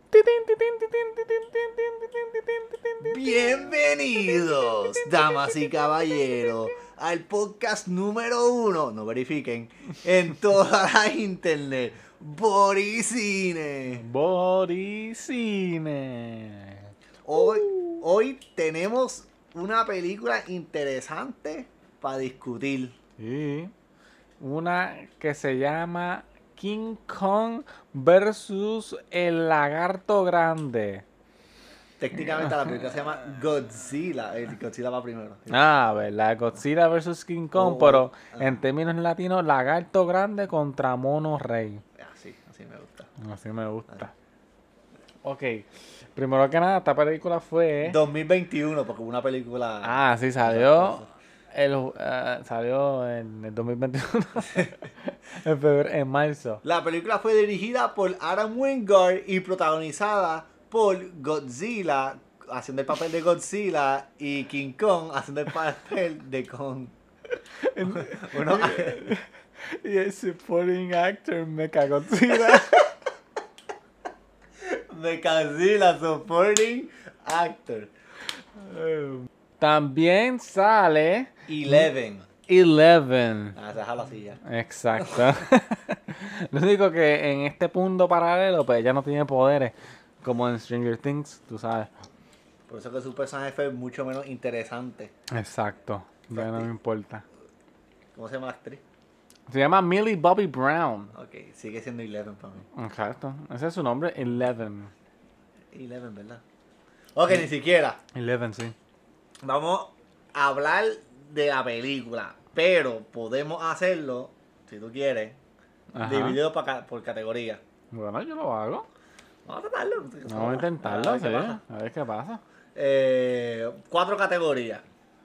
Bienvenidos, damas y caballeros, al podcast número 1, no verifiquen, en toda la internet, Boricine. Boricine. Hoy tenemos una película interesante para discutir. Sí. Una que se llama King Kong versus el lagarto grande. Técnicamente la película se llama Godzilla, el Godzilla va primero. Sí. ¿Verdad? Godzilla versus King Kong, pero en términos latinos, lagarto grande contra mono rey. Así me gusta. Así me gusta. Ok, primero que nada, esta película fue... 2021, porque hubo una película... Ah, sí, salió en el 2021. en marzo. La película fue dirigida por Adam Wingard y protagonizada por Godzilla, haciendo el papel de Godzilla, y King Kong haciendo el papel de Kong. Y el supporting actor Mechagodzilla. De Godzilla, supporting actor. También sale Eleven. Eleven. Deja la silla. Exacto. Lo único que en este punto paralelo, pues ella no tiene poderes. Como en Stranger Things, tú sabes. Por eso que su personaje fue mucho menos interesante. Exacto. Ya no me importa. ¿Cómo se llama la actriz? Se llama Millie Bobby Brown. Ok, sigue siendo Eleven para mí. Exacto. Ese es su nombre, Eleven. Eleven, ¿verdad? Ok, ni siquiera. Eleven, sí. Vamos a hablar de la película, pero podemos hacerlo, si tú quieres, Ajá. dividido por categoría. Bueno, yo lo hago. Vamos a tratarlo. Vamos a intentarlo, A ver sí. qué pasa. A ver qué pasa. 4 categorías.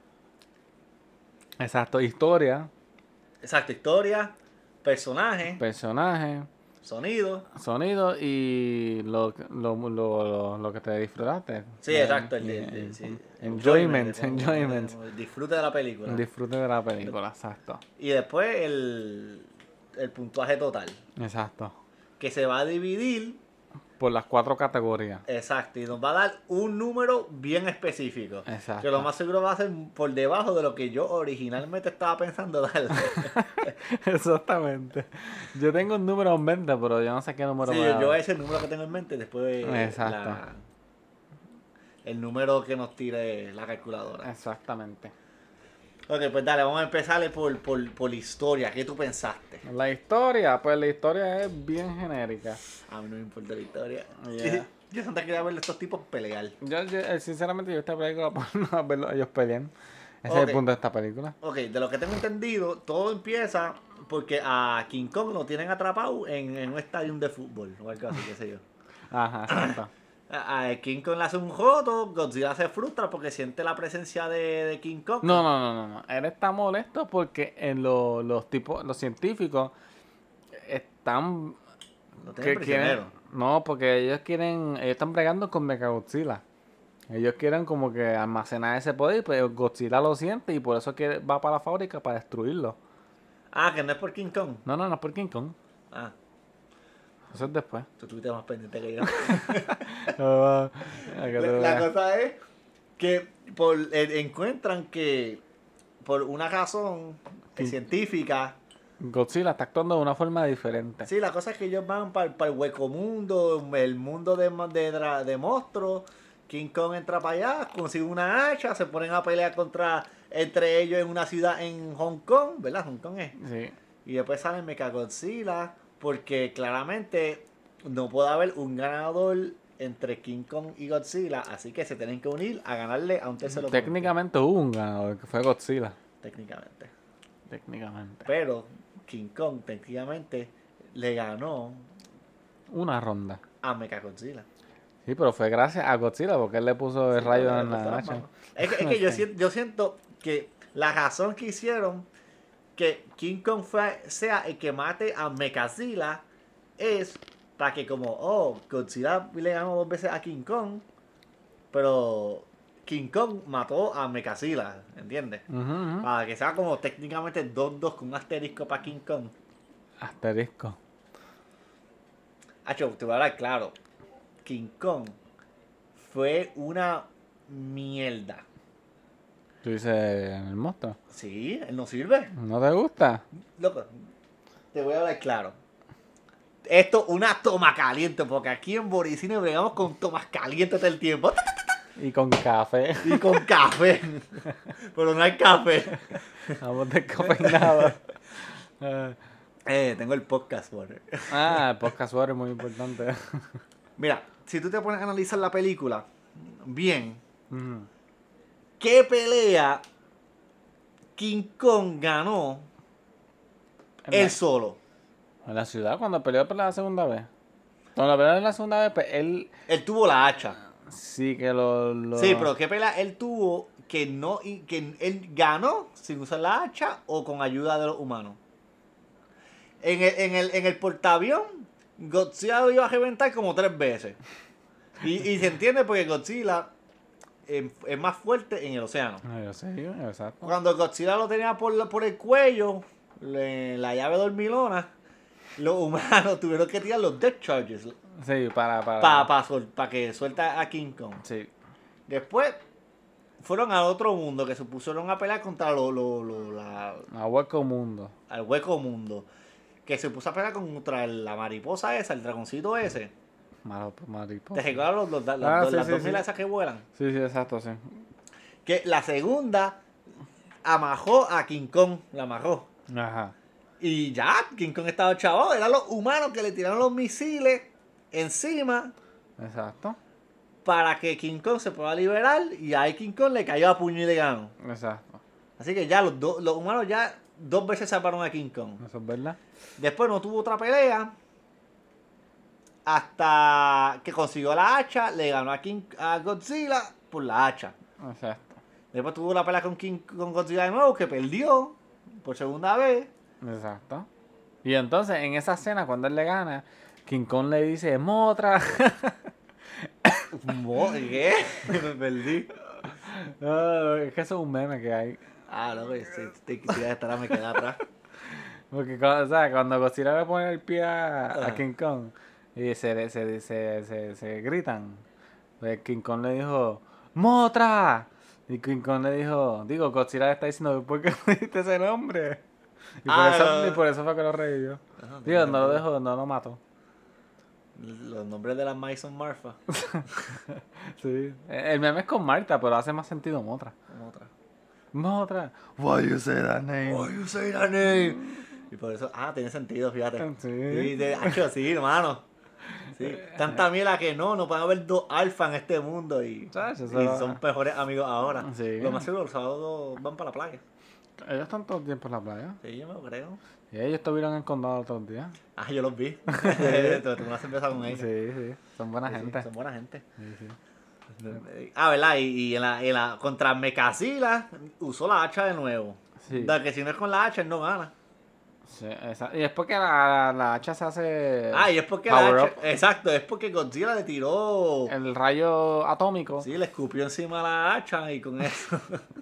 Exacto. Historia, Exacto, historia, personaje, personaje, sonido. sonido y lo que te disfrutaste. Sí, exacto. Sí. Enjoyment. Disfrute de la película. Disfrute de la película, exacto. Y después el puntuaje total, Exacto. que se va a dividir. Por las 4 categorías. Exacto, y nos va a dar un número bien específico. Exacto. Que lo más seguro va a ser por debajo de lo que yo originalmente estaba pensando darle. Exactamente. Yo tengo un número en mente, pero yo no sé qué número Sí, me da. yo ese número que tengo en mente, después Exacto. el número que nos tire la calculadora. Exactamente. Ok, pues dale, vamos a empezar por la historia. ¿Qué tú pensaste? La historia, pues la historia es bien genérica. A mí no me importa la historia. Yeah. Yo solo quería ver a estos tipos pelear. Sinceramente, yo esta película por no verlo ellos pelean. Ese es el punto de esta película. Ok, de lo que tengo entendido, todo empieza porque a King Kong lo tienen atrapado en un estadio de fútbol o algo así, qué sé yo. Ajá, exacto. A King Kong le hace un joto, Godzilla se frustra porque siente la presencia de King Kong. No. Él está molesto porque los científicos están... Lo tienen prisionero. No, porque ellos están bregando con Mechagodzilla. Ellos quieren como que almacenar ese poder, pero Godzilla lo siente y por eso va para la fábrica para destruirlo. Ah, que no es por King Kong. No es por King Kong. Ah, Eso es después. tú estuviste más pendiente que yo. La cosa es que encuentran que por una razón científica. Godzilla está actuando de una forma diferente. Sí, la cosa es que ellos van para el hueco mundo, el mundo de monstruos. King Kong entra para allá, consigue una hacha, se ponen a pelear entre ellos en una ciudad en Hong Kong, ¿verdad? Hong Kong es. Sí. Y después sale Mechagodzilla, porque claramente no puede haber un ganador entre King Kong y Godzilla, así que se tienen que unir a ganarle a un tercero. Técnicamente hubo un ganador, que fue Godzilla. Técnicamente. Pero King Kong técnicamente le ganó una ronda a Mechagodzilla. Sí, pero fue gracias a Godzilla porque él le puso el rayo en la hacha. Es que yo siento que la razón que hicieron que King Kong sea el que mate a Mechagodzilla es para que como, Godzilla le ganó 2 veces a King Kong, pero King Kong mató a Mechagodzilla, ¿entiendes? Uh-huh. Para que sea como técnicamente 2-2 con un asterisco para King Kong. Asterisco. Hacho, te voy a hablar claro. King Kong fue una mierda. Tú dices el monstruo. Sí, él no sirve. ¿No te gusta? Loco, te voy a hablar claro. Esto una toma caliente, porque aquí en Boricine bregamos con tomas calientes todo el tiempo. Y con café. Y con café. Pero no hay café. Vamos descafeinados. Tengo el podcast, water. El podcast water es muy importante. Mira, si tú te pones a analizar la película, bien, Ujú. ¿qué pelea King Kong ganó él solo? En la ciudad, cuando peleó por la segunda vez. Cuando peleó en la segunda vez, pues él Él tuvo la hacha. sí que lo... Sí, pero ¿qué pelea él tuvo que no que él ganó sin usar la hacha o con ayuda de los humanos? En el portaavión, Godzilla lo iba a reventar como 3 veces. Y se entiende porque Godzilla es más fuerte en el océano. Yo sé, exacto. Cuando Godzilla lo tenía por el cuello, la llave dormilona, los humanos tuvieron que tirar los Death Charges Sí, para... para que suelta a King Kong. Sí. Después fueron al otro mundo que se pusieron a pelear contra A hueco mundo. al hueco mundo. Que se puso a pelear contra la mariposa esa, el dragoncito ese. Mariposa. ¿Te recuerdas Sí, las sí, dos sí. milas esas que vuelan? Sí, exacto, sí. Que la segunda amajó a King Kong, la amajó. Ajá. Y ya, King Kong estaba chavado. Eran los humanos que le tiraron los misiles encima Exacto. para que King Kong se pueda liberar. Y ahí King Kong le cayó a puño y le ganó. Exacto. Así que ya los humanos ya 2 veces salvaron a King Kong. Eso es verdad. Después no tuvo otra pelea. Hasta que consiguió la hacha, le ganó a Godzilla por la hacha. Exacto. Después tuvo la pelea con Godzilla de nuevo, que perdió por segunda vez. Exacto. Y entonces, en esa escena, cuando él le gana, King Kong le dice, ¡Motra! ¿Qué? Me perdí. Es que eso es un meme que hay. Loco, si quisiera estar me queda atrás. Porque, o sea, cuando Godzilla le pone el pie a Ajá. King Kong y se gritan, pues King Kong le dijo, ¡Motra! Y King Kong le dijo, Godzilla le está diciendo, ¿por qué me dijiste ese nombre? Y por eso fue que lo revivió. No lo dejó, no lo mató. Los nombres de las maíz son Marfa. Sí. El meme es con Marta, pero hace más sentido Motra. Otra. Motra. Why you say that name? Why you say that name? Y por eso, tiene sentido, fíjate. Sí. Sí, hermano. Sí. Tanta miela que no pueden haber 2 alfa en este mundo y son mejores amigos ahora. Sí. Lo más seguro, los sábados van para la playa. Ellos están todo el tiempo en la playa. Sí, yo me lo creo. Y ellos estuvieron en condado todos los días. Yo los vi. Tuve una cerveza con ellos. Sí. Son buena Sí, gente. son buena gente. Sí. ¿Verdad? Y en la contra Mechazilla usó la hacha de nuevo. Sí. Que si no es con la hacha, él no gana. Sí, y es porque la hacha se hace... Y es porque power la hacha... up. Exacto, es porque Godzilla le tiró... El rayo atómico. Sí, le escupió encima la hacha y con eso...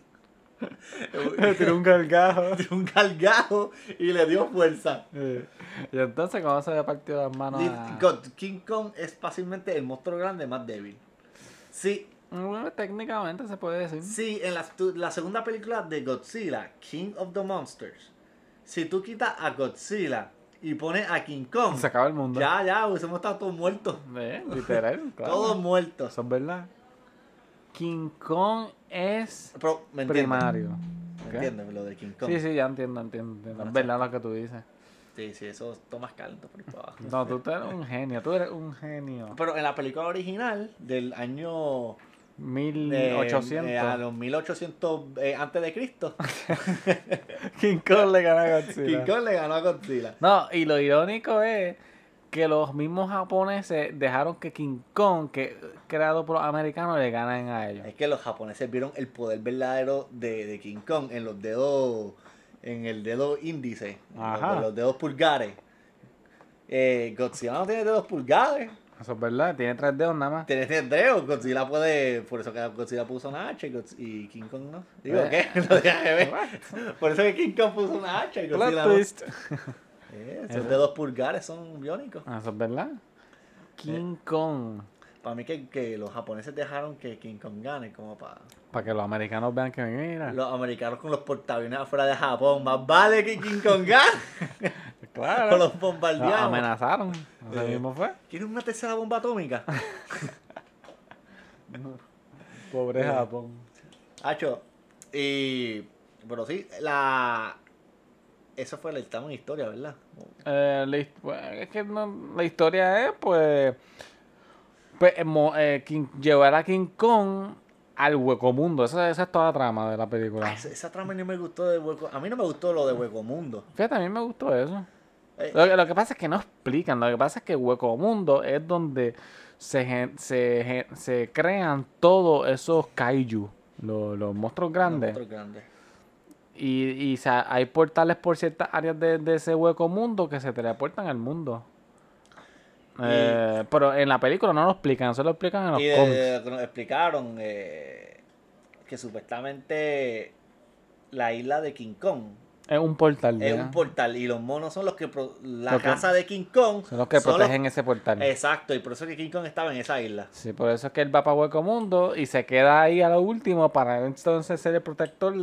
Le tiró un gargajo. tiró un cargajo y le dio fuerza. Y entonces, ¿cómo se le partió las manos a... King Kong es fácilmente el monstruo grande más débil. Sí, Bueno, técnicamente se puede decir. sí, en la segunda película de Godzilla, King of the Monsters, si tú quitas a Godzilla y pones a King Kong, Se acaba el mundo. ya, hubiésemos estado todos muertos. Literal, claro. Todos muertos. Eso es verdad. King Kong es Pero, ¿me entiendes? primario. ¿Me ¿Qué? entiendes lo de King Kong? Sí, ya entiendo. Bueno, Es verdad lo que tú dices. Sí, eso toma calento por ahí para abajo. No, tú eres un genio. Tú eres un genio. Pero en la película original del año 1800. a los 1800 antes de Cristo, King Kong le gana a Godzilla. King Kong le ganó a Godzilla. No, y lo irónico es que los mismos japoneses dejaron que King Kong, que creado por los americanos, le ganen a ellos. Es que los japoneses vieron el poder verdadero de King Kong en los dedos, en el dedo índice, Ajá. los dedos pulgares. Godzilla no tiene dedos pulgares, Eso es verdad, tiene 3 dedos nada más. tiene dedos. Godzilla puede, por eso que Godzilla puso una hacha y King Kong no. Digo, ¿qué? Lo dije al revés. Por eso que King Kong puso una hacha y Godzilla Plot no. twist. Esos dedos pulgares son biónicos. Eso es verdad. King Kong. Para mí que los japoneses dejaron que King Kong gane como Para que los americanos vean que mira. los americanos con los portaaviones afuera de Japón. Más vale que King Kong gane. Claro. O los Los bombardeamos. amenazaron. Así mismo fue. ¿Quieren una tercera bomba atómica? Pobre Japón. Hacho, pero sí, eso fue el estado en historia, ¿verdad? Pues, es que la historia es, pues llevar a King Kong al hueco mundo. Esa es toda la trama de la película. Esa trama no me gustó de Hueco. A mí no me gustó lo de Hueco Mundo. Fíjate, a mí me gustó eso. Eh, Lo que pasa es que no explican. Lo que pasa es que Hueco Mundo es donde se crean todos esos kaiju, los monstruos grandes. Otro grande. Y hay portales por ciertas áreas de ese Hueco Mundo que se teleportan al mundo. Pero en la película no lo explican, se lo explican en los Y cómics. nos explicaron que supuestamente la isla de King Kong Es un portal. es ¿ya? un portal y los monos son los que la Lo que- casa de King Kong Son los que protegen ese portal. Exacto, y por eso es que King Kong estaba en esa isla. Sí, por eso es que él va para Hueco Mundo y se queda ahí a lo último para entonces ser el protector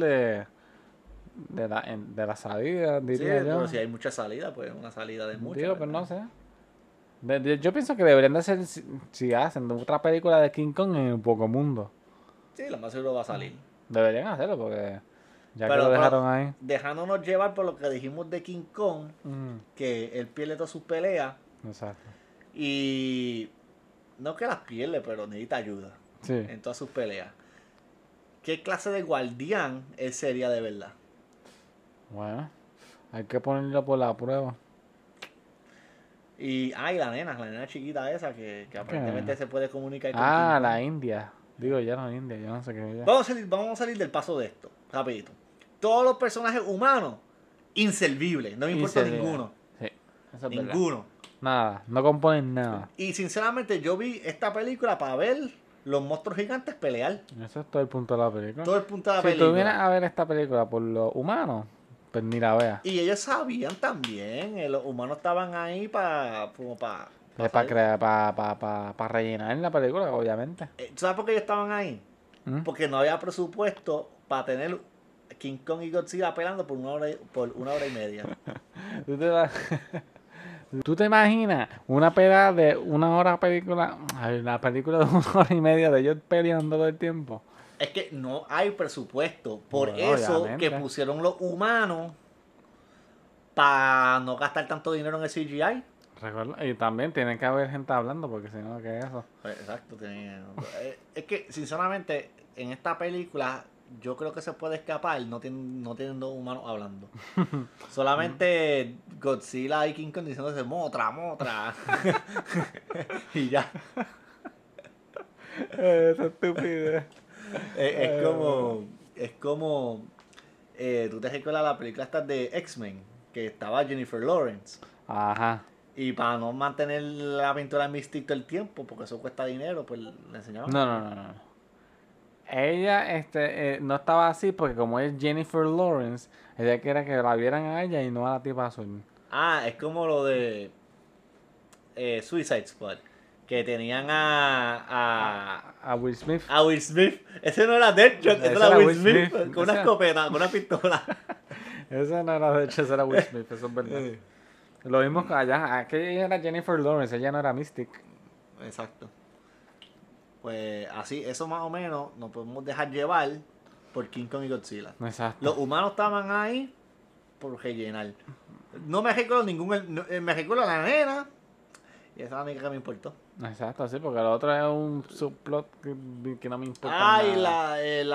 de la salida, Sí, diría yo. pero si hay mucha salida, pues una salida de muchas. Digo, pero ¿verdad? no sé. Yo pienso que deberían de hacer, si hacen otra película de King Kong en Hueco Mundo. Sí, lo más seguro va a salir. Deberían hacerlo porque ya que Pero- lo pero dejaron ahí. Dejándonos llevar por lo que dijimos de King Kong, que él pierde todas sus peleas Exacto. y no que las pierde, pero necesita ayuda Sí. en todas sus peleas. ¿Qué clase de guardián él sería de verdad? Bueno, hay que ponerlo por la prueba. Y la nena chiquita esa que aparentemente se puede comunicar con Ah, King la Kong. India. Digo, ya no India, yo no sé qué. Vamos a salir del paso de esto, rapidito. Todos los personajes humanos, inservibles, no me importa Inservible. ninguno. Sí, eso es verdad. Ninguno. Nada, no componen nada. Y sinceramente yo vi esta película para ver los monstruos gigantes pelear. Eso es todo el punto de la película. Todo el punto de la Si tú película. vienes a ver esta película por los humanos, pues ni la veas. Y ellos sabían también, los humanos estaban ahí para Es para crear, para rellenar la película, obviamente. ¿Tú sabes por qué ellos estaban ahí? ¿Mm? Porque no había presupuesto para tener King Kong y Godzilla peleando por una hora y media. ¿Tú te, va- ¿Tú te imaginas una pelea de una hora película? Ay, la película de una hora y media de ellos peleando todo el tiempo. Es que no hay presupuesto. Por Bueno, eso obviamente. que pusieron los humanos para no gastar tanto dinero en el CGI. Recuerda, y también tiene que haber gente hablando porque si no, ¿qué es eso? Pues, exacto. Es que, sinceramente, en esta película, yo creo que se puede escapar no teniendo humanos hablando. Solamente Godzilla y King Kong diciéndose Motra, Motra. Y ya. Esa estupidez. Es como. ¿Tú te recuerdas la película esta de X-Men? Que estaba Jennifer Lawrence. Ajá. Y para no mantener la aventura de Mystique todo el tiempo, porque eso cuesta dinero, pues le enseñaban. No. Ella no estaba así porque como es Jennifer Lawrence, ella quería que la vieran a ella y no a la tipa azul. Es como lo de Suicide Squad. Que tenían a Will Smith. Will Smith. Ese no era Deadshot, ese era Will Smith. Con una Ese- escopeta, con una pistola. Ese no era, de hecho, ese era Will Smith, eso es verdad. Lo mismo que allá, que ella era Jennifer Lawrence, ella no era Mystic. Exacto. Pues así, eso más o menos nos podemos dejar llevar por King Kong y Godzilla. Exacto. Los humanos estaban ahí por rellenar. No me recuerdo me recuerdo la nena. Y esa es la única que me importó. Exacto, sí, porque lo otro es un subplot que no me importa Y nada.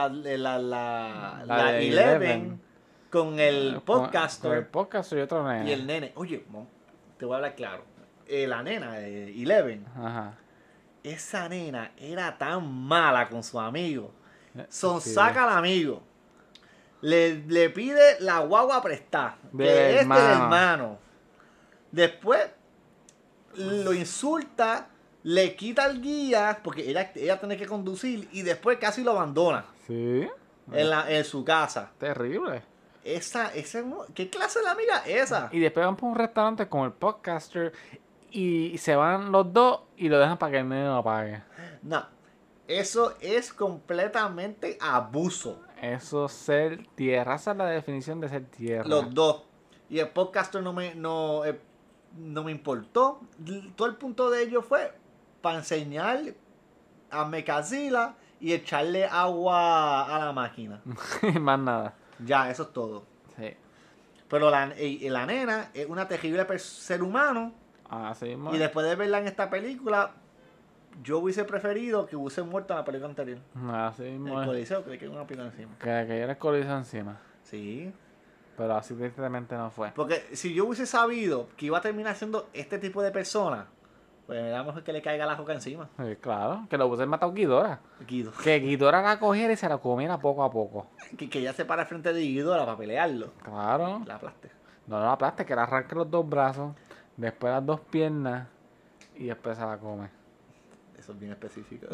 la de Eleven con el Con el podcaster podcaster y otro nene. y el nene. Oye, te voy a hablar claro. La nena, Eleven, Ajá. esa nena era tan mala con su amigo. Sí. Saca al amigo. Le pide la guagua prestada. Del Que es del hermano. hermano. Después lo insulta, le quita el guía, porque ella tiene que conducir, y después casi lo abandona Sí. en su casa. Terrible. ¿Qué clase de amiga es esa? Y después van por un restaurante con el podcaster y se van los dos y lo dejan para que el nene lo pague. No, eso es completamente abuso. Eso es ser tierra. Esa es la definición de ser tierra. Los dos. Y el podcaster no me importó. Todo el punto de ello fue para enseñar a Mekazila y echarle agua a la máquina. Más nada. Ya, eso es todo. Sí. Pero la nena es una terrible ser humano. Así mismo. Y después de verla en esta película, yo hubiese preferido que hubiese muerto en la película anterior. Así mismo. El Coliseo, que le quedó una pica encima. Que cayera el coliseo encima. Sí. Pero así tristemente no fue. Porque si yo hubiese sabido que iba a terminar siendo este tipo de persona, pues era mejor que le caiga la roca encima. Sí, claro. Que lo hubiese matado Ghidorah. Guido. Que Ghidorah la cogiera y se la comiera poco a poco. Que ella se para al frente de Guido para pelearlo. Claro. La aplaste. No la aplaste, que le arranque los dos brazos, después las dos piernas y después se la come. Eso es bien específico.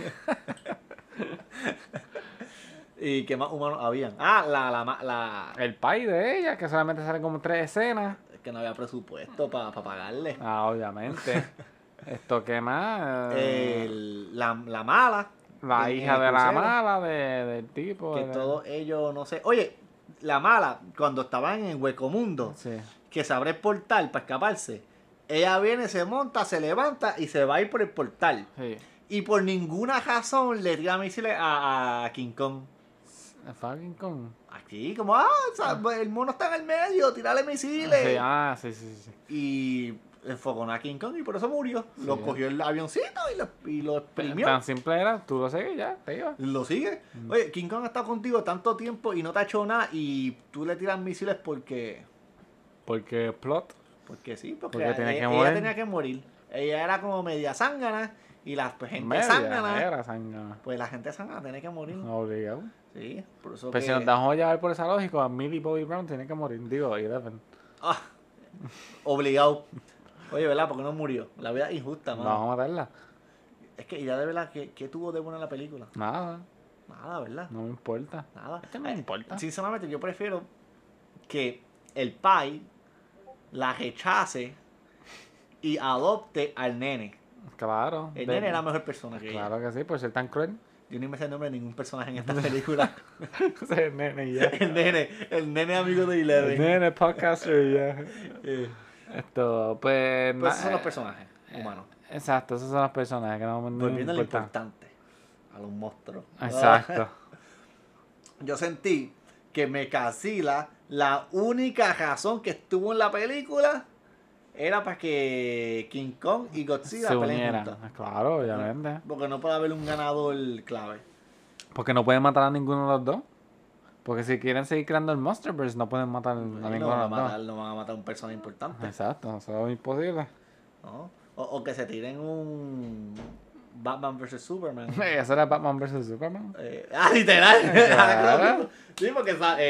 ¿Y qué más humanos habían? Ah, El pai de ella, que solamente sale como 3 escenas. que no había presupuesto para pagarle. Ah, obviamente. Esto que más. La mala. La en hija el de la crucero, mala del tipo. Que todos ellos, no sé. Oye, la mala, cuando estaban en Huecomundo, Sí. que se abre el portal para escaparse, ella viene, se monta, se levanta y se va a ir por el portal. Sí. Y por ninguna razón le tira misiles a King Kong. Fucking con. Aquí, como, o sea, el mono está en el medio, tirarle misiles. Sí, sí. Y enfocó a King Kong y por eso murió. Lo cogió el avioncito y lo exprimió. Tan simple era, tú lo segues ya, te iba. Lo sigue. Oye, King Kong ha estado contigo tanto tiempo y no te ha hecho nada y tú le tiras misiles porque Plot. sí, porque Porque tenía que ella morir. tenía que morir. Ella era como media zángana y la gente Media, zángana, era zángana. pues la gente zángana tiene que morir. Obligado. Sí, por eso Pero si nos dejamos llevar por esa lógica, a Millie Bobby Brown tiene que morir. Digo, Eleven. Ah, obligado. Oye, ¿verdad? ¿Por qué no murió? La vida es injusta, mano. Vamos a matarla. Es que ya de verdad, ¿qué tuvo de bueno en la película? Nada, Nada, ¿verdad? no me importa. Nada. Es que no me importa. Sinceramente, yo prefiero que el pai la rechace y adopte al nene. Claro. El nene era la mejor persona que ella. Claro que sí, por ser tan cruel. Yo ni me sé el nombre de ningún personaje en esta película. Ese nene ya. el nene amigo de Eleven. El nene podcaster ya. Eh, Esto, pues. pues esos son los personajes humanos. Exacto, esos son los personajes que no me Volviendo a lo importan. importante, a los monstruos. Exacto. Yo sentí que Mekazila, la única razón que estuvo en la película era para que King Kong y Godzilla Se peleen unieran. juntos. Claro, obviamente. Porque no puede haber un ganador clave. Porque no pueden matar a ninguno de los dos. Porque si quieren seguir creando el Monsterverse, no pueden matar a No ninguno de van a los dos. matar, no van a matar a un personaje importante. Exacto, eso es imposible. ¿No? O que se tiren un Batman vs Superman. Eso era Batman vs Superman. Literal. Claro. Sí, porque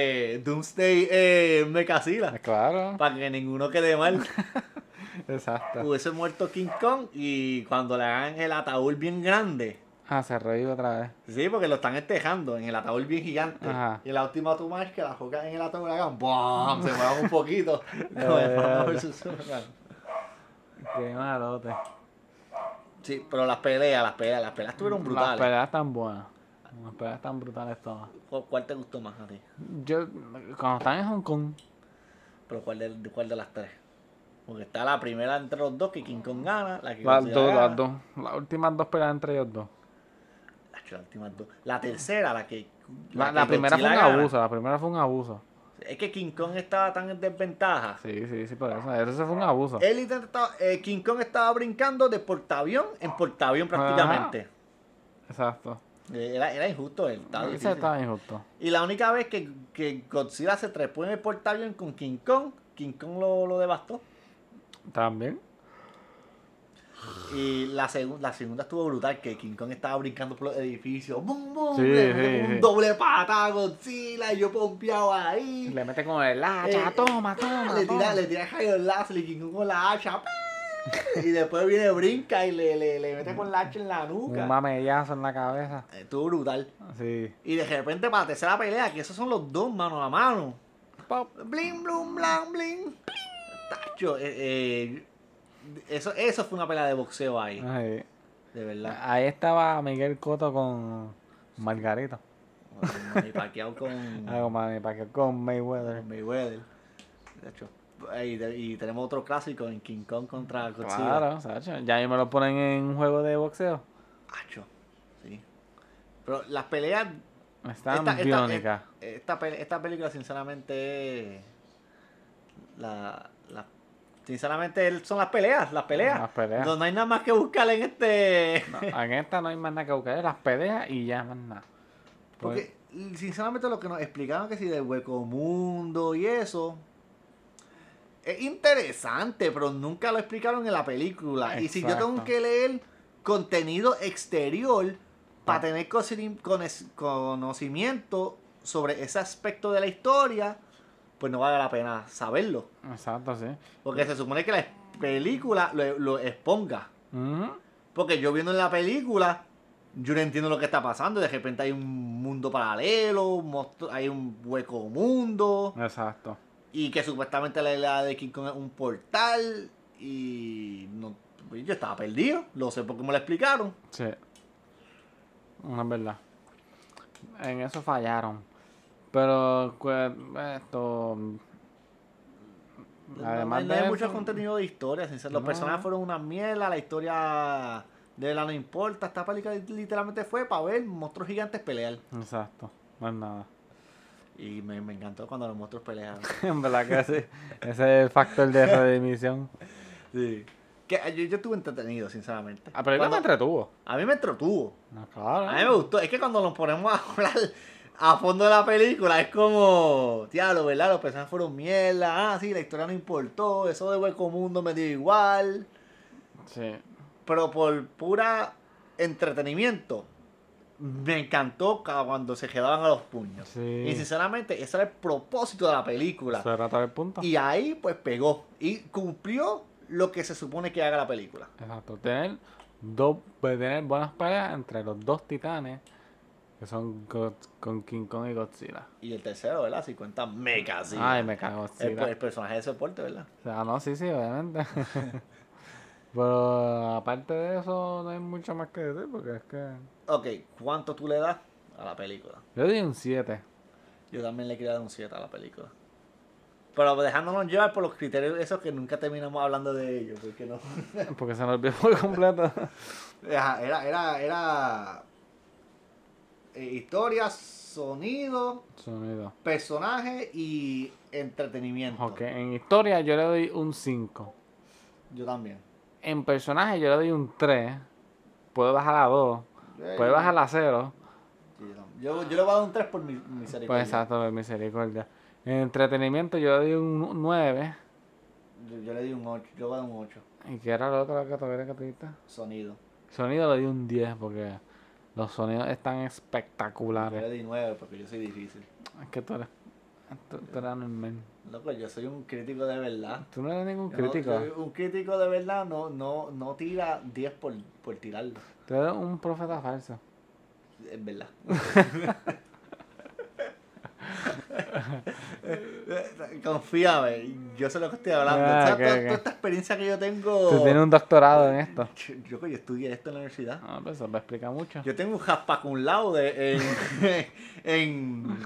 Doomsday Mekazila. Claro, Para que ninguno quede mal. exacto. Hubiese muerto King Kong y cuando le hagan el ataúd bien grande. Ah, se revive otra vez. Sí, porque lo están estejando en el ataúd bien gigante. Ajá. Y la última toma es que las rocas en el ataúd hagan ¡bum! Se muevan un poquito. Como de Batman vs Superman. Qué malote. Sí, pero las peleas estuvieron Las brutales. peleas están buenas. Las peleas están brutales todas. ¿Cuál te gustó más a ti? Yo, cuando están en Hong Kong, Pero ¿cuál de las tres? Porque está la primera entre los dos que King Kong gana, la que las Godzilla dos, gana. las dos. Las últimas dos peleas entre ellos dos. Las últimas dos. La tercera, la que La que primera fue un Godzilla gana. abuso, la primera fue un abuso. Es que King Kong estaba tan en desventaja. Sí, por eso. Eso fue un abuso. Él intentaba, King Kong estaba brincando de portaavión en portaavión prácticamente. Exacto. Era injusto él. Estaba Ese difícil. estaba injusto. Y la única vez que Godzilla se trepó en el portaavión con King Kong lo devastó. También. Y la segunda estuvo brutal, que King Kong estaba brincando por los edificios. ¡Bum, bum! Sí, Le mete sí. un doble pata a Godzilla y yo pompeado ahí. Le mete con el hacha. Toma. Le tira rayo láser y King Kong con la hacha. Y después viene, brinca y le mete con la hacha en la nuca. Un mamellazo en la cabeza. Estuvo brutal. Sí. Y de repente para la tercera pelea, que esos son los dos mano a mano. Pop. Bling, blum, blang, bling. Tacho, Eso fue una pelea de boxeo ahí, Ahí, de verdad. ahí estaba Miguel Cotto con Margarito. Manny Pacquiao con Algo más para que con Mayweather. Mayweather. De hecho, y tenemos otro clásico en King Kong contra Godzilla. Claro, Sacho. Ya ahí me lo ponen en un juego de boxeo. Acho, sí. Pero las peleas. Están biónicas. Esta película, sinceramente. Sinceramente, son las peleas. Las peleas. No hay nada más que buscar en este. No, en esta no hay más nada que buscar. Las peleas y ya más nada. Porque, sinceramente, lo que nos explicaron que si del hueco mundo y eso. Es interesante, pero nunca lo explicaron en la película. Exacto. Y si yo tengo que leer contenido exterior para tener conocimiento sobre ese aspecto de la historia, pues no vale la pena saberlo. Exacto, sí. Porque se supone que la película lo exponga. Ujú. Porque yo viendo en la película, yo no entiendo lo que está pasando. De repente hay un mundo paralelo, hay un hueco mundo. Exacto. Y que supuestamente la isla de King Kong es un portal. Y no, yo estaba perdido. Lo sé porque me lo explicaron. Sí. No es verdad. En eso fallaron. Pero pues, esto. Además no de hay eso, mucho contenido de historia. Los No. personajes fueron una mierda. La historia de verdad no importa. Esta película literalmente fue para ver monstruos gigantes pelear. Exacto. Más nada. Y me encantó cuando los monstruos pelearon. En verdad que sí. Ese es el factor de redimisión. Sí. Que yo estuve entretenido, sinceramente. Ah, pero igual me entretuvo. A mí me entretuvo. No, claro. A mí me gustó. Es que cuando nos ponemos a hablar a fondo de la película, es como, diablo, ¿verdad? Los personajes fueron mierda. Ah, sí, la historia no importó. Eso de hueco mundo me dio igual. Sí. Pero por pura entretenimiento, me encantó cuando se quedaban a los puños. Sí. Y sinceramente, ese era el propósito de la película. Eso era todo el punto. Y ahí, pues, pegó. Y cumplió lo que se supone que haga la película. Exacto. Tener buenas peleas entre los dos titanes que son con King Kong y Godzilla. Y el tercero, ¿verdad? Si cuenta Mecha, sí. Ay, me cago Godzilla. El personaje de soporte, ¿verdad? O sea, no, sí, obviamente. Pero aparte de eso, no hay mucho más que decir porque es que. Ok, ¿cuánto tú le das a la película? Yo di un 7. Yo también le quiero dar un 7 a la película. Pero dejándonos llevar por los criterios esos que nunca terminamos hablando de ellos, porque no. Porque se nos olvidó por completo. Era historia, sonido, Sonido. personaje y entretenimiento. Ok, en historia yo le doy un 5. Yo también. En personaje yo le doy un 3. Puedo bajar a 2. Puedo bajar a 0. Sí, yo le voy a dar un 3 por mi misericordia. Pues exacto, de misericordia. En entretenimiento yo le doy un 9. Yo le di un 8, yo voy a dar un 8. ¿Y qué era lo otro que tú diste? Sonido. Sonido le di un 10 porque los sonidos están Yo espectaculares. le di 9 porque yo soy difícil. Es que tú eres normal. Loco, yo soy un crítico de verdad. Tú no eres ningún Yo no- crítico. un crítico de verdad no tira 10 por tirarlo. Tú eres un profeta falso. Es verdad. Confíame, yo sé lo que estoy hablando. Ah, O sea, ok, toda ok. esta experiencia que yo tengo. Tú tienes un doctorado en esto. Yo estudié esto en la universidad. Ah, pues eso me explica mucho. Yo tengo un jaspa cum laude en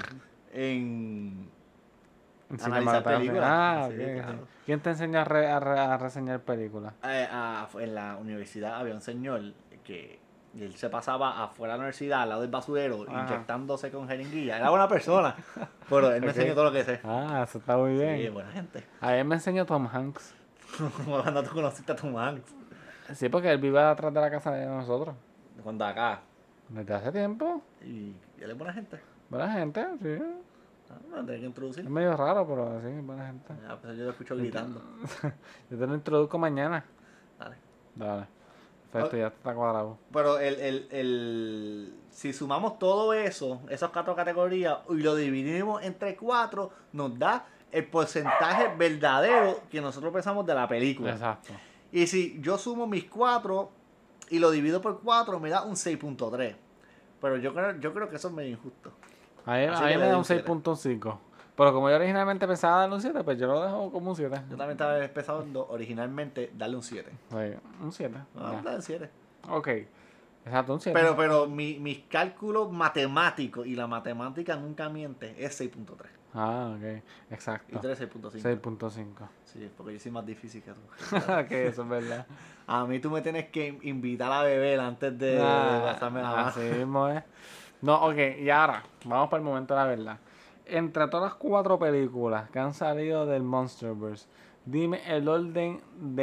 analizar Cinematografía. películas. Ah, Sí, ok, ok. claro. ¿Quién te enseñó a reseñar películas? En la universidad había un señor que él se pasaba afuera de la universidad al lado del basurero Ajá. inyectándose con jeringuilla. Era buena persona, pero él me Ok. enseñó todo lo que sé. Ah, eso está muy bien. Sí, buena gente. A mí me enseñó Tom Hanks. Cuando tú conociste a Tom Hanks. Sí, porque él vive atrás de la casa de nosotros. Cuando acá. Desde hace tiempo. Y él es buena gente. Buena gente, sí. Me lo tenía que introducir. Es medio raro, pero sí, buena gente. A pesar yo lo escucho gritando. Yo te lo introduzco mañana. Dale. Dale. Perfecto, ya está cuadrado. Pero si sumamos todo eso, esas 4 categorías, y lo dividimos entre 4, nos da el porcentaje verdadero que nosotros pensamos de la película. Exacto. Y si yo sumo mis 4 y lo divido por 4, me da un 6.3. Pero yo creo que eso es medio injusto. A mí Así que me le da doy un un siete. 6.5. Pero como yo originalmente pensaba darle un 7, pues yo lo dejo como un 7. Yo también estaba pensando originalmente darle un 7. Un 7. Vamos a darle 7. Ok. Exacto, un 7. Pero mis cálculos matemáticos y la matemática nunca miente es 6.3. Ah, ok. Exacto. Y tú eres 6.5. 6.5. Sí, porque yo soy más difícil que tú. Ok, eso es verdad. A mí tú me tienes que invitar a beber antes de pasarme la mano. Así mismo es. No, ok, y ahora, vamos para el momento de la verdad. Entre todas las 4 películas que han salido del Monsterverse, dime el orden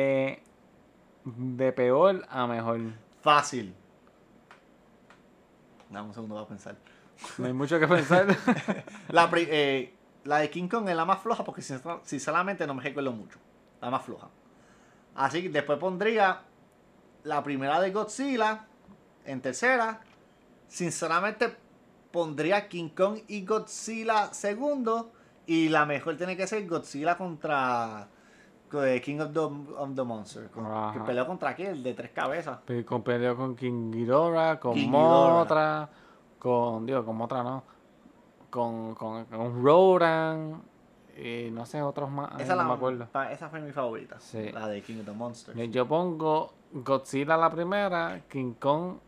de peor a mejor. Fácil. Dame un segundo para pensar. No hay mucho que pensar. La de King Kong es la más floja porque sinceramente no me recuerdo mucho. La más floja. Así que después pondría la primera de Godzilla en tercera. Sinceramente pondría King Kong y Godzilla segundo. Y la mejor tiene que ser Godzilla contra King of the Monsters. Que peleó contra aquel de 3 cabezas. Peleó con King Ghidorah, con King Ghidorah. Mothra, con Mothra no. Con Rodan y no sé, otros más. Esa, no me acuerdo. Esa fue mi favorita. Sí. La de King of the Monsters. Yo pongo Godzilla la primera, King Kong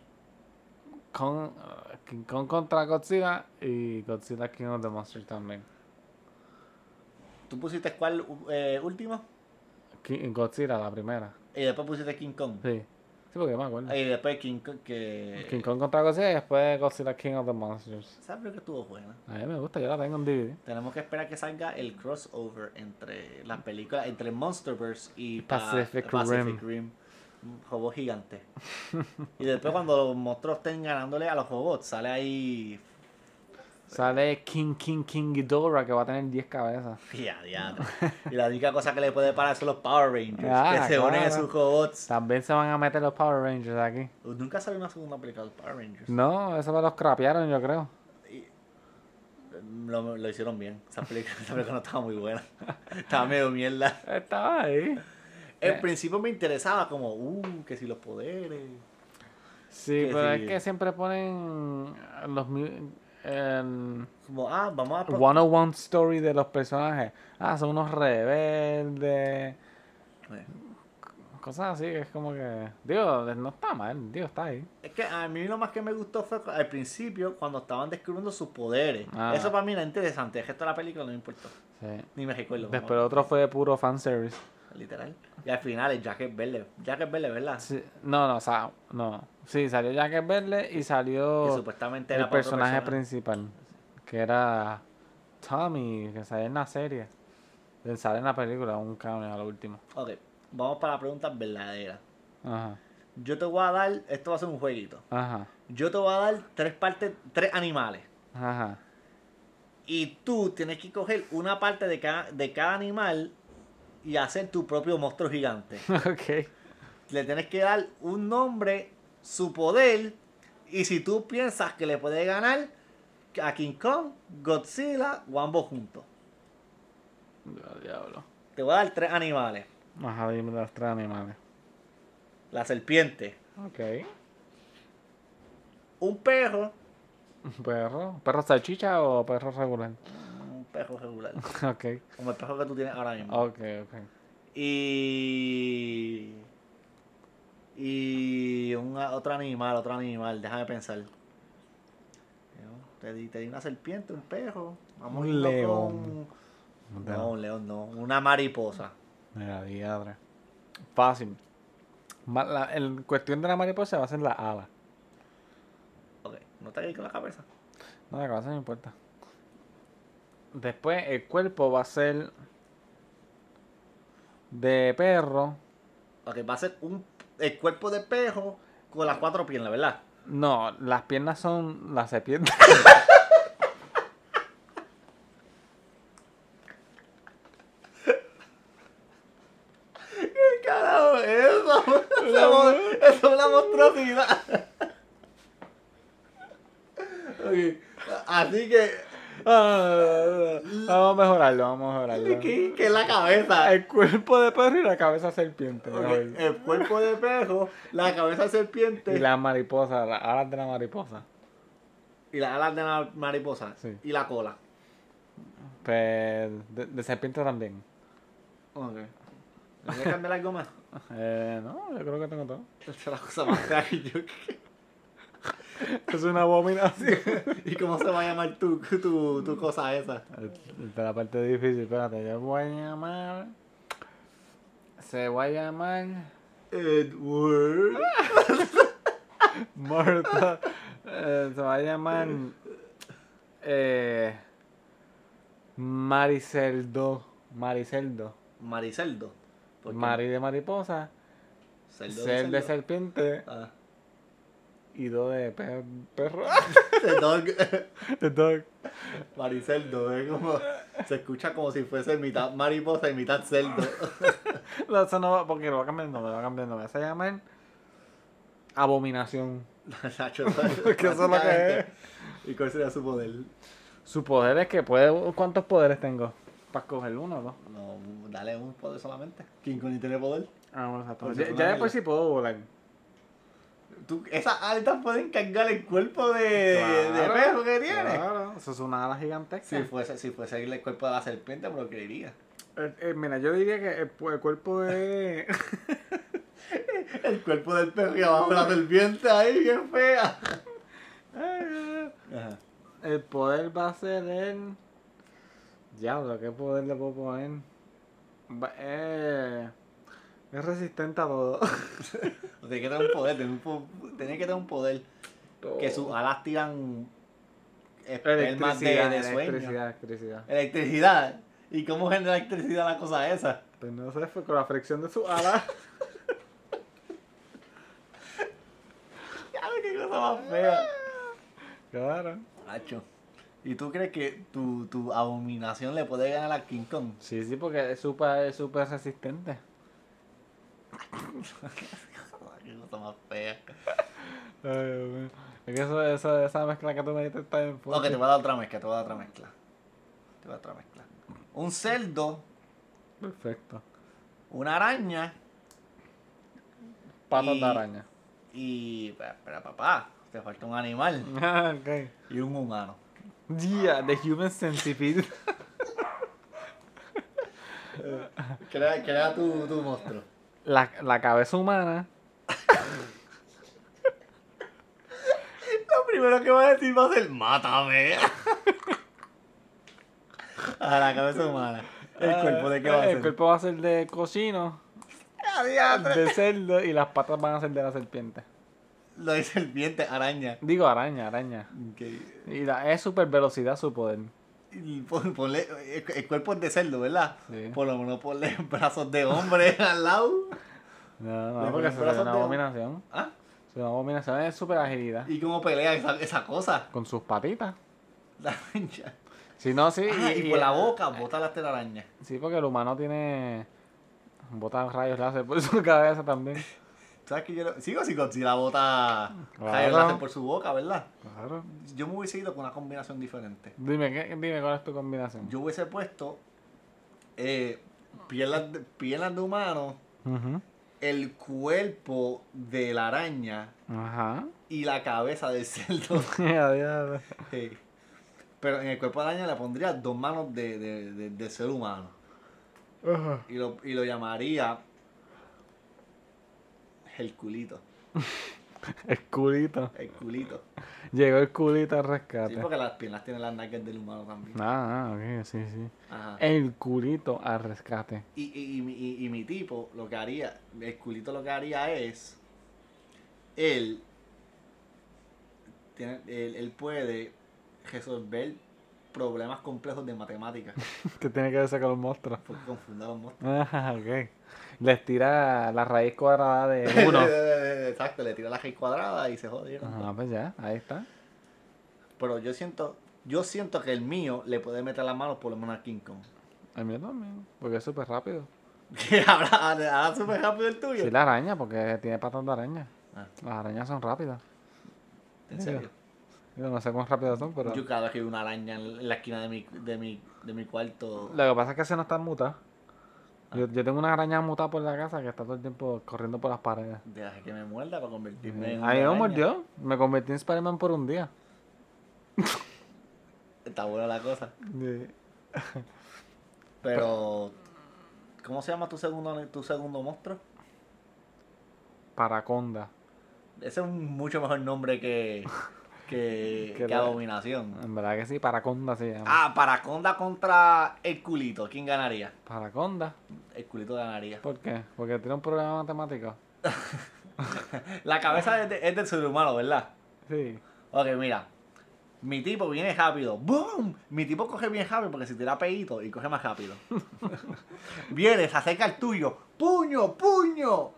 contra Godzilla y Godzilla King of the Monsters también. ¿Tú pusiste cuál último? Godzilla la primera. Y después pusiste King Kong. Sí, porque me acuerdo. Y después King Kong contra Godzilla y después Godzilla King of the Monsters. ¿Sabes que estuvo buena? A mí me gusta, yo la tengo en DVD. Tenemos que esperar que salga el crossover entre las películas, entre Monsterverse y Pacific Rim. Un robot gigante. Y después cuando los monstruos estén ganándole a los robots, sale ahí... Sale King Ghidorah que va a tener 10 cabezas. Diablo. Y la única cosa que le puede parar son los Power Rangers, que se unen a sus robots. También se van a meter los Power Rangers aquí. Nunca salió una segunda película de los Power Rangers. No, eso me los crapearon, yo creo. Lo hicieron bien. Esa película no estaba muy buena. Estaba medio mierda. Estaba ahí. En principio me interesaba como, que si los poderes. Sí, que pero si... es que siempre ponen los... como, vamos a... 101 story de los personajes. Son unos rebeldes. Cosas así, es como que... Digo, no está mal, Digo, está ahí. Es que a mí lo más que me gustó fue al principio cuando estaban descubriendo sus poderes. Ah. Eso para mí era interesante. El resto de la película no me importó. Sí. Ni me recuerdo. Después otro fue de puro fanservice. Literal. Y al final el Jacket Verde. Jacket Verde, ¿verdad? Sí, no. Sí, salió Jacket Verde y salió Que supuestamente era el para otro personaje principal. Que era Tommy, que sale en la serie. Él sale en la película, un cameo a lo último. Ok, vamos para la pregunta verdadera. Ajá. Yo te voy a dar, esto va a ser un jueguito. Ajá. Yo te voy a dar 3 animales. Ajá. Y tú tienes que coger una parte de cada animal y hacer tu propio monstruo gigante. Ok. Le tienes que dar un nombre, su poder, y si tú piensas que le puede ganar a King Kong, Godzilla o ambos juntos. Diablo. Te voy a dar 3 animales. Ajá, dime los 3 animales. La serpiente, Ok. un perro, ¿Un perro? ¿Perro salchicha o perro regular? un perro regular, Ok. como el perro que tú tienes ahora mismo. Ok. Y otro animal, déjame pensar. Te di una serpiente, un perro. Vamos a Un irnos león. No, un león no. Una mariposa. Mira, diadre. Fácil. En cuestión de la mariposa va a ser la ala. Ok, no te ahí con la cabeza. No, la cabeza no importa. Después el cuerpo va a ser de perro. Ok, va a ser el cuerpo de perro con las 4 piernas, ¿verdad? No, las piernas son las serpientes. ¿Qué carajo es eso? Eso es una monstruosidad. Ok, así que... Vamos a mejorarlo. ¿Qué es la cabeza? El cuerpo de perro y la cabeza serpiente. Ok, el cuerpo de perro, la cabeza de serpiente Y las mariposas, las alas de la mariposa. y las alas de la mariposa Sí. y la cola. Pues de serpiente también. Ok. ¿No quieres cambiar algo más? No, yo creo que tengo todo. Esa es la cosa más fea que yo. Es una abominación. ¿Y cómo se va a llamar tu cosa esa? Esta es la parte difícil, espérate, yo voy a llamar. Se va a llamar. Edward. Marta. Se va a llamar. Mariceldo. Mariceldo. Mariceldo. ¿Por qué? Mari de mariposa. Celdo Cel de cerdo. serpiente. Ah. Y do de perro. The dog. De dog. Mariceldo, es como. Se escucha como si fuese mitad mariposa y mitad cerdo. No, eso no va, porque lo va cambiando, me va cambiando. Se llama Abominación. Nacho, Porque eso es lo que es. ¿Y cuál sería su poder? Su poder es que puede. ¿Cuántos poderes tengo? Para escoger uno o dos. No, dale un poder solamente. King Kong tiene poder. Ah, bueno, exacto. Porque Ya, es una ya de mierda. por sí puedo volar. Esas alitas pueden cargar el cuerpo de perro que tiene. Claro, eso es una ala gigantesca. Si fuese el cuerpo de la serpiente, me lo creería. Mira, yo diría que el cuerpo es. El cuerpo del perro y abajo la serpiente ahí, bien fea. Ajá. El poder va a ser el. Diablo, ¿qué poder le puedo poner? Es resistente a todo. Tiene que tener un poder, tiene que tener un poder. Que sus alas tiran espermas de sueño. Electricidad. Electricidad. ¿Y cómo genera electricidad la cosa esa? Pues no sé, fue con la fricción de su ala. Ya, qué cosa más fea. Claro. Nacho. ¿Y tú crees que tu abominación le puede ganar a King Kong? Sí, porque es súper resistente. Qué cosa más fea. Ay, Dios mío. Es que esa mezcla que tú me diste está bien fuerte. Ok, te voy a dar otra mezcla, Un cerdo, Perfecto. una araña Patas Y- de araña. y... Espera, papá, te falta un animal Ah, ok. y un humano. Yeah, the human centipede. Crea tu monstruo. La cabeza humana. Lo primero que va a decir va a ser, ¡mátame! A la cabeza humana. ¿El cuerpo de qué va a ser? El cuerpo va a ser de cochino, de cerdo y las patas van a ser de la serpiente. Lo de serpiente, araña. Digo araña. Ok. Y es super velocidad su poder. Y ponle, el cuerpo es de cerdo, ¿verdad? Sí. Por lo menos ponle brazos de hombre al lado. No, Le porque ponen eso es brazos una de- abominación. ¿Ah? Es una abominación, es super agilidad. ¿Y cómo pelea esa cosa? Con sus patitas. La araña. Si no, sí. Y por la boca bota las telarañas. Sí, porque el humano tiene. Bota rayos láser por su cabeza también. ¿Sabes que sigo si Godzilla bota Claro. rayos láser por su boca, ¿verdad? Claro. Yo me hubiese ido con una combinación diferente. Dime cuál es tu combinación. Yo hubiese puesto piernas de humano, Ujú. el cuerpo de la araña Ajá. y la cabeza del cerdo. Adiós. Sí. Pero en el cuerpo de la araña le pondría dos manos de ser humano. Ajá. Y lo llamaría el culito. El culito. El culito. Llegó el culito al Sí, rescate. porque las piernas tienen las nalgas del humano también. Ok, sí. Ajá. El culito al rescate. Y mi tipo lo que haría, el culito lo que haría es, él puede resolver problemas complejos de matemáticas, ¿Qué tiene que ver con los monstruos? porque confunda a los monstruos. Ok. Les tira la raíz cuadrada de 1. Exacto, le tira la raíz cuadrada y se jodieron. Ajá, pues ya, ahí está. Pero yo siento que el mío le puede meter las manos por lo menos a King Kong. El mío también, porque es súper rápido. Ahora súper rápido el tuyo. Sí, la araña, porque tiene patas de araña. Ah, Las arañas son rápidas. ¿en serio? Yo no sé cuán rápidas son, pero... Yo cada vez que veo una araña en la esquina de mi cuarto. Lo que pasa es que se no están mutadas. Yo tengo una araña mutada por la casa que está todo el tiempo corriendo por las paredes. Deja que me muerda para convertirme en A mí me araña. mordió. Me convertí en Spider-Man por un día. Está buena la cosa. Sí. Pero, ¿cómo se llama tu segundo monstruo? Paraconda. Ese es un mucho mejor nombre que Abominación. En verdad que sí, Paraconda se llama. Ah, Paraconda contra el culito. ¿Quién ganaría? Paraconda. El culito ganaría. ¿Por qué? Porque tiene un problema matemático. La cabeza es del ser humano, ¿verdad? Sí. Ok, mira. Mi tipo viene rápido. ¡Boom! Mi tipo coge bien rápido porque se tira peito y coge más rápido. Viene, se acerca al tuyo. ¡Puño! ¡Puño!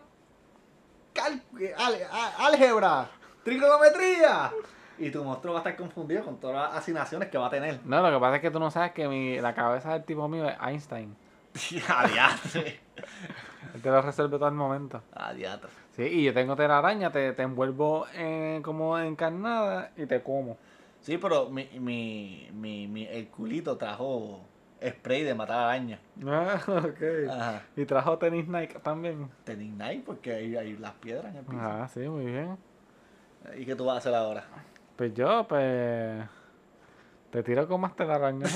Álgebra. Trigonometría. Y tu monstruo va a estar confundido con todas las asignaciones que va a tener. No, lo que pasa es que tú no sabes que la cabeza del tipo mío es Einstein. Adiatre. Él te lo resuelve todo el momento. Adiatre. Sí, y yo tengo telaraña, te envuelvo como encarnada y te como. Sí, pero el culito trajo spray de matar arañas. Ah, ok. Ajá. Y trajo tenis Nike también. Tenis Night porque hay las piedras en el piso. Ah, sí, muy bien. ¿Y qué tú vas a hacer ahora? Pues yo, pues... Te tiro con más telaraña.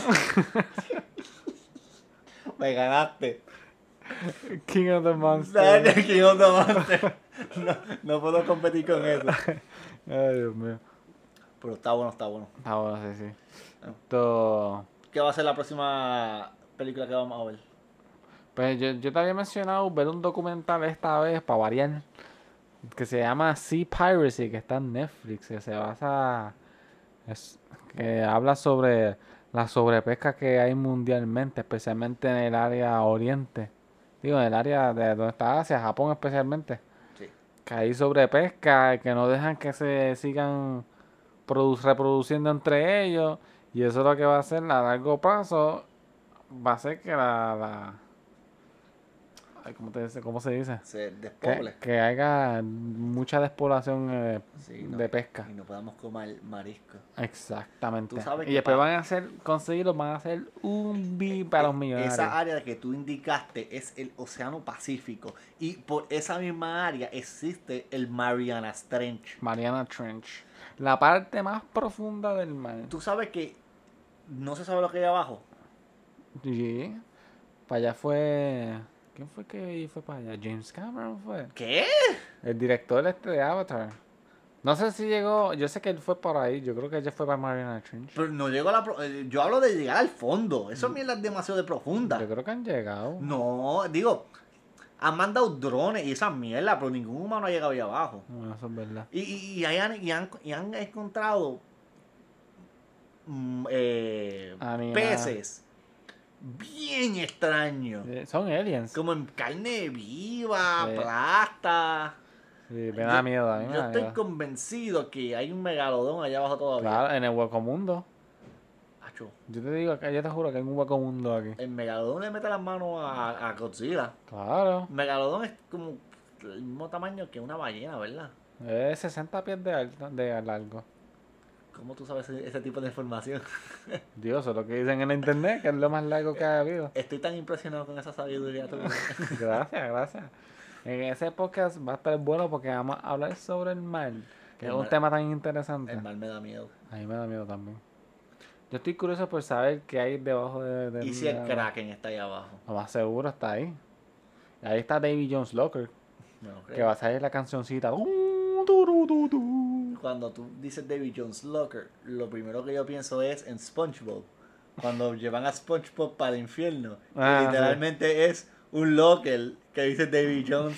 Me ganaste. King of the Monsters. Dale, que yo tomaste. No puedo competir con eso. Ay, Dios mío. Pero está bueno, está bueno. Ah, bueno, sí, sí. Esto... ¿Qué va a ser la próxima película que vamos a ver? Pues yo te había mencionado ver un documental esta vez, para variar, que se llama Sea Piracy, que está en Netflix, que se basa... que habla sobre la sobrepesca que hay mundialmente, especialmente en el área oriente. Digo, en el área de donde está Asia, Japón especialmente. Sí. Que hay sobrepesca y que no dejan que se sigan reproduciendo entre ellos. Y eso lo que va a hacer a largo plazo, va a ser que ay, ¿cómo se dice? Se despoble. Que haya mucha despoblación Sí, de pesca. Y no podamos comer marisco. Exactamente. Tú sabes Y que después pa- van a conseguirlo, van a hacer un para los millonarios. Esa área que tú indicaste es el Océano Pacífico. Y por esa misma área existe el Marianas Trench. Mariana Trench. La parte más profunda del mar. Tú sabes que no se sabe lo que hay abajo. Sí. Para allá fue... ¿Quién fue que fue para allá? James Cameron fue. ¿Qué? El director de Avatar. No sé si llegó... Yo sé que él fue por ahí. Yo creo que ella fue para Mariana Trench. Pero no llego a yo hablo de llegar al fondo. Eso mierda es demasiado de profunda. Yo creo que han llegado. No, digo, han mandado drones y esa mierda, pero ningún humano ha llegado ahí abajo. Bueno, eso es verdad. Y han encontrado Animales. peces bien extraños. Son aliens. Como en carne viva, Sí. plasta. Sí, me da miedo. A mí me Yo da estoy miedo. convencido que hay un megalodón allá abajo todavía. Claro, en el hueco mundo. Acho, Yo te digo, yo te juro que hay un hueco mundo aquí. el megalodón le mete las manos a Godzilla. Claro. El megalodón es como el mismo tamaño que una ballena, ¿verdad? Es 60 pies de largo. ¿Cómo tú sabes ese tipo de información? Dios, eso es lo que dicen en la internet, que es lo más largo que ha habido. Estoy tan impresionado con esa sabiduría tuya. Gracias. En ese podcast va a estar bueno porque vamos a hablar sobre el mar. Que El es un mar- tema tan interesante. El mar me da miedo. A mí me da miedo también. Yo estoy curioso por saber qué hay debajo del ¿Y si el mar. Kraken está ahí abajo? Lo más seguro está ahí. Y ahí está Davy Jones Locker, No que creo. va a salir la cancioncita. Cuando tú dices Davy Jones Locker, lo primero que yo pienso es en SpongeBob. Cuando llevan a SpongeBob para el infierno. Y Ah, literalmente es un locker que dice Davy Jones.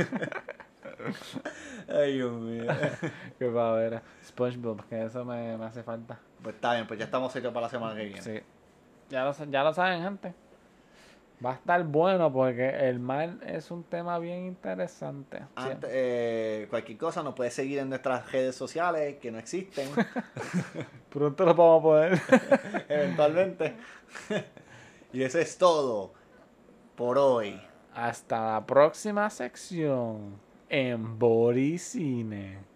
Ay, Dios mío. Que va a ver SpongeBob, que eso me hace falta. Pues está bien, pues ya estamos hechos para la semana que viene. Sí. Ya lo saben, gente. Va a estar bueno porque el mar es un tema bien interesante. Sí. Cualquier cosa nos puedes seguir en nuestras redes sociales que no existen Pronto lo vamos a poder. eventualmente. Y eso es todo por hoy. Hasta la próxima sección en Boricine.